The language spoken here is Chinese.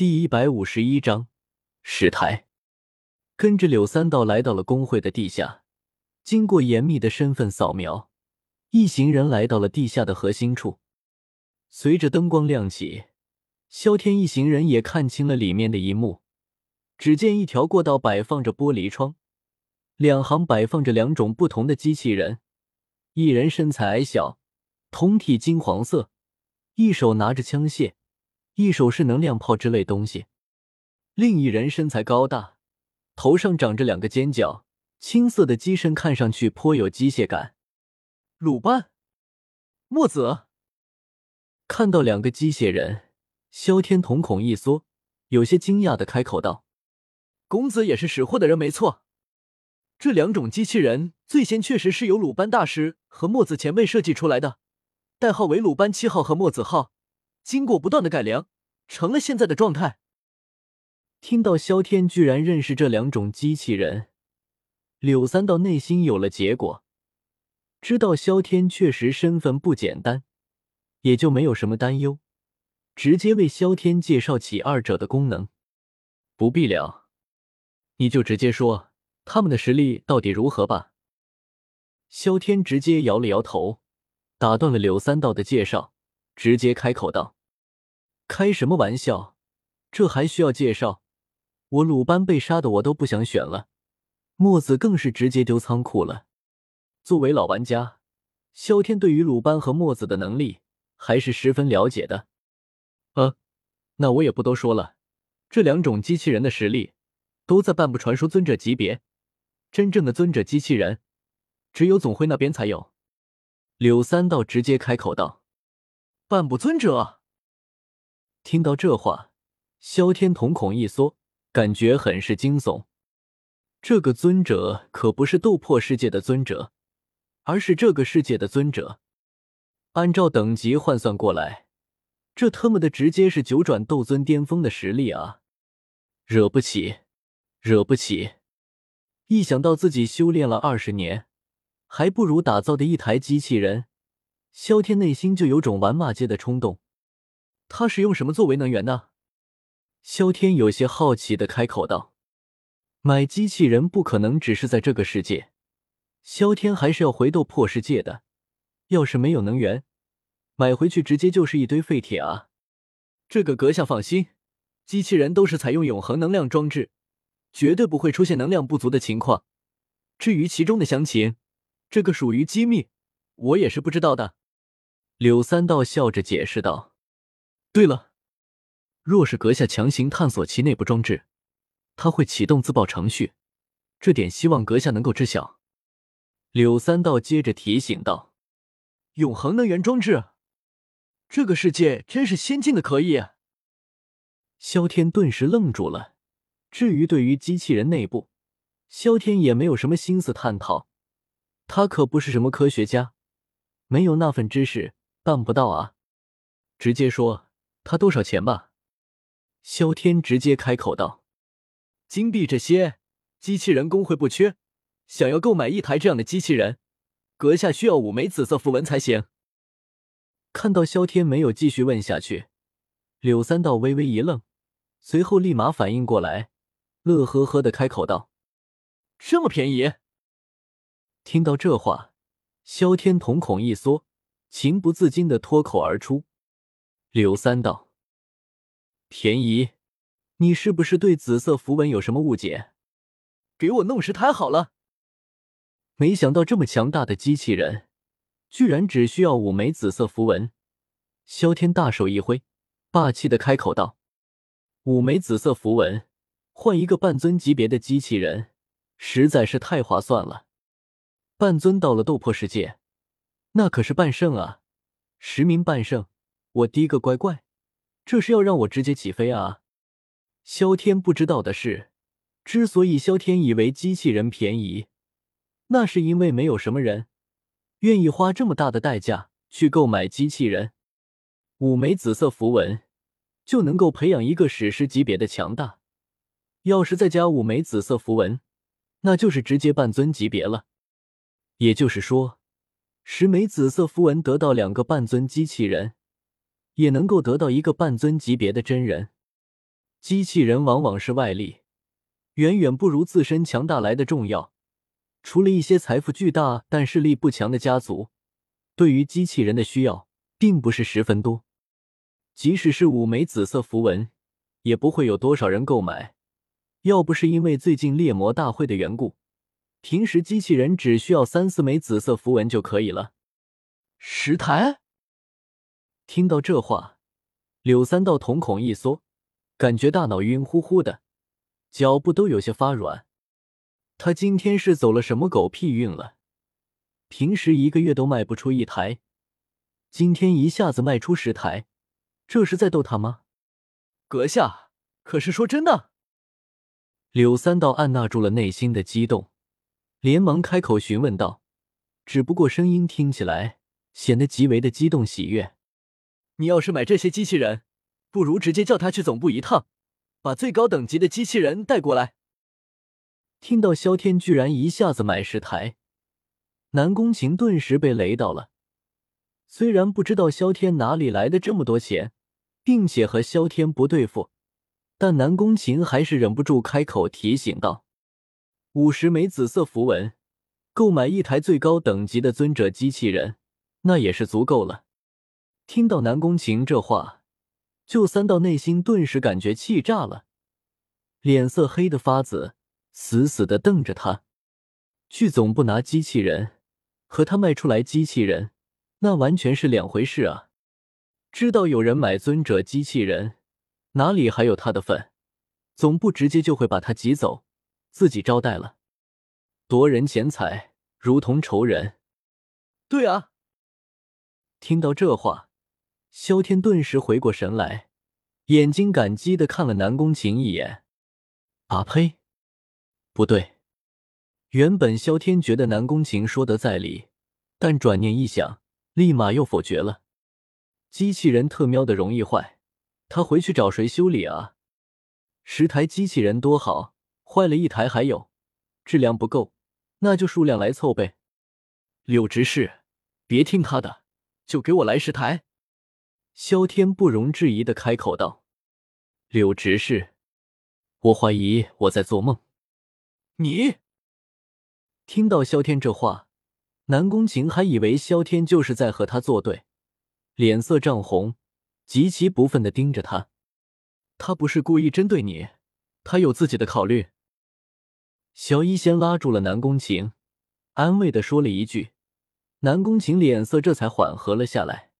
第151章石台。跟着柳三道来到了工会的地下，经过严密的身份扫描，一行人来到了地下的核心处。随着灯光亮起，萧天一行人也看清了里面的一幕。只见一条过道摆放着玻璃窗，两行摆放着两种不同的机器人，一人身材矮小，通体金黄色，一手拿着枪械，一手是能量炮之类东西。另一人身材高大，头上长着两个尖角，青色的机身看上去颇有机械感。鲁班、墨子。看到两个机械人，萧天瞳孔一缩，有些惊讶地开口道：公子也是识货的人没错，这两种机器人最先确实是由鲁班大师和墨子前辈设计出来的，代号为鲁班7号和墨子号，经过不断的改良，成了现在的状态。听到萧天居然认识这两种机器人，柳三道内心有了结果，知道萧天确实身份不简单，也就没有什么担忧，直接为萧天介绍起二者的功能。不必了，你就直接说他们的实力到底如何吧。萧天直接摇了摇头，打断了柳三道的介绍，直接开口道：开什么玩笑，这还需要介绍？我鲁班被杀的我都不想选了，墨子更是直接丢仓库了。作为老玩家，萧天对于鲁班和墨子的能力还是十分了解的。那我也不多说了，这两种机器人的实力都在半部传说尊者级别，真正的尊者机器人只有总会那边才有。柳三道直接开口道：半部尊者。听到这话，萧天瞳孔一缩，感觉很是惊悚。这个尊者可不是斗破世界的尊者，而是这个世界的尊者。按照等级换算过来，这他妈的直接是9转斗尊巅峰的实力啊！惹不起，惹不起！一想到自己修炼了20年，还不如打造的一台机器人，萧天内心就有种玩骂街的冲动。他是用什么作为能源呢？萧天有些好奇地开口道。买机器人不可能只是在这个世界，萧天还是要回斗破世界的，要是没有能源，买回去直接就是一堆废铁啊。这个阁下放心，机器人都是采用永恒能量装置，绝对不会出现能量不足的情况。至于其中的详情，这个属于机密，我也是不知道的。柳三道笑着解释道。对了，若是阁下强行探索其内部装置，他会启动自爆程序，这点希望阁下能够知晓。柳三道接着提醒道。永恒能源装置，这个世界真是先进的可以。萧天顿时愣住了。至于对于机器人内部，萧天也没有什么心思探讨，他可不是什么科学家，没有那份知识办不到啊。直接说他多少钱吧。萧天直接开口道。金币这些，机器人工会不缺，想要购买一台这样的机器人，阁下需要5枚紫色符文才行。看到萧天没有继续问下去，柳三道微微一愣，随后立马反应过来，乐呵呵地开口道：这么便宜？听到这话，萧天瞳孔一缩，情不自禁地脱口而出：柳三道，便宜？你是不是对紫色符文有什么误解？给我弄10台好了。没想到这么强大的机器人居然只需要5枚紫色符文。萧天大手一挥，霸气地开口道：5枚紫色符文换一个半尊级别的机器人，实在是太划算了。半尊到了斗破世界，那可是半圣啊，10名半圣，我第一个乖乖，这是要让我直接起飞啊！萧天不知道的是，之所以萧天以为机器人便宜，那是因为没有什么人愿意花这么大的代价去购买机器人。5枚紫色符文就能够培养一个史诗级别的强大，要是再加5枚紫色符文，那就是直接半尊级别了。也就是说，10枚紫色符文得到2个半尊机器人，也能够得到一个半尊级别的真人。 机器人往往是外力，远远不如自身强大来的重要。除了一些财富巨大但势力不强的家族，对于机器人的需要并不是十分多。即使是5枚紫色符文，也不会有多少人购买。要不是因为最近猎魔大会的缘故，平时机器人只需要3、4枚紫色符文就可以了。10台？听到这话，柳三道瞳孔一缩，感觉大脑晕乎乎的，脚步都有些发软。他今天是走了什么狗屁运了？平时1个月都卖不出1台，今天一下子卖出10台，这是在逗他吗？阁下，可是说真的？柳三道按捺住了内心的激动，连忙开口询问道，只不过声音听起来显得极为的激动喜悦。你要是买这些机器人，不如直接叫他去总部一趟，把最高等级的机器人带过来。听到萧天居然一下子买10台，南宫晴顿时被雷到了。虽然不知道萧天哪里来的这么多钱，并且和萧天不对付，但南宫晴还是忍不住开口提醒道：50枚紫色符文，购买1台最高等级的尊者机器人，那也是足够了。听到南宫晴这话，就三道内心顿时感觉气炸了，脸色黑得发紫，死死地瞪着他。去总部拿机器人和他卖出来机器人，那完全是两回事啊。知道有人买尊者机器人，哪里还有他的份？总部直接就会把他挤走，自己招待了。夺人钱财如同仇人。对啊。听到这话，萧天顿时回过神来，眼睛感激地看了南宫晴一眼。啊呸！不对。原本萧天觉得南宫晴说得在理，但转念一想，立马又否决了。机器人特喵的容易坏，他回去找谁修理啊？10台机器人多好，坏了1台还有，质量不够，那就数量来凑呗。柳执事，别听他的，就给我来10台。萧天不容置疑地开口道。柳执事，我怀疑我在做梦。你？听到萧天这话，南宫晴还以为萧天就是在和他作对，脸色涨红，极其不忿地盯着他。他不是故意针对你，他有自己的考虑。小医仙拉住了南宫晴，安慰地说了一句，南宫晴脸色这才缓和了下来。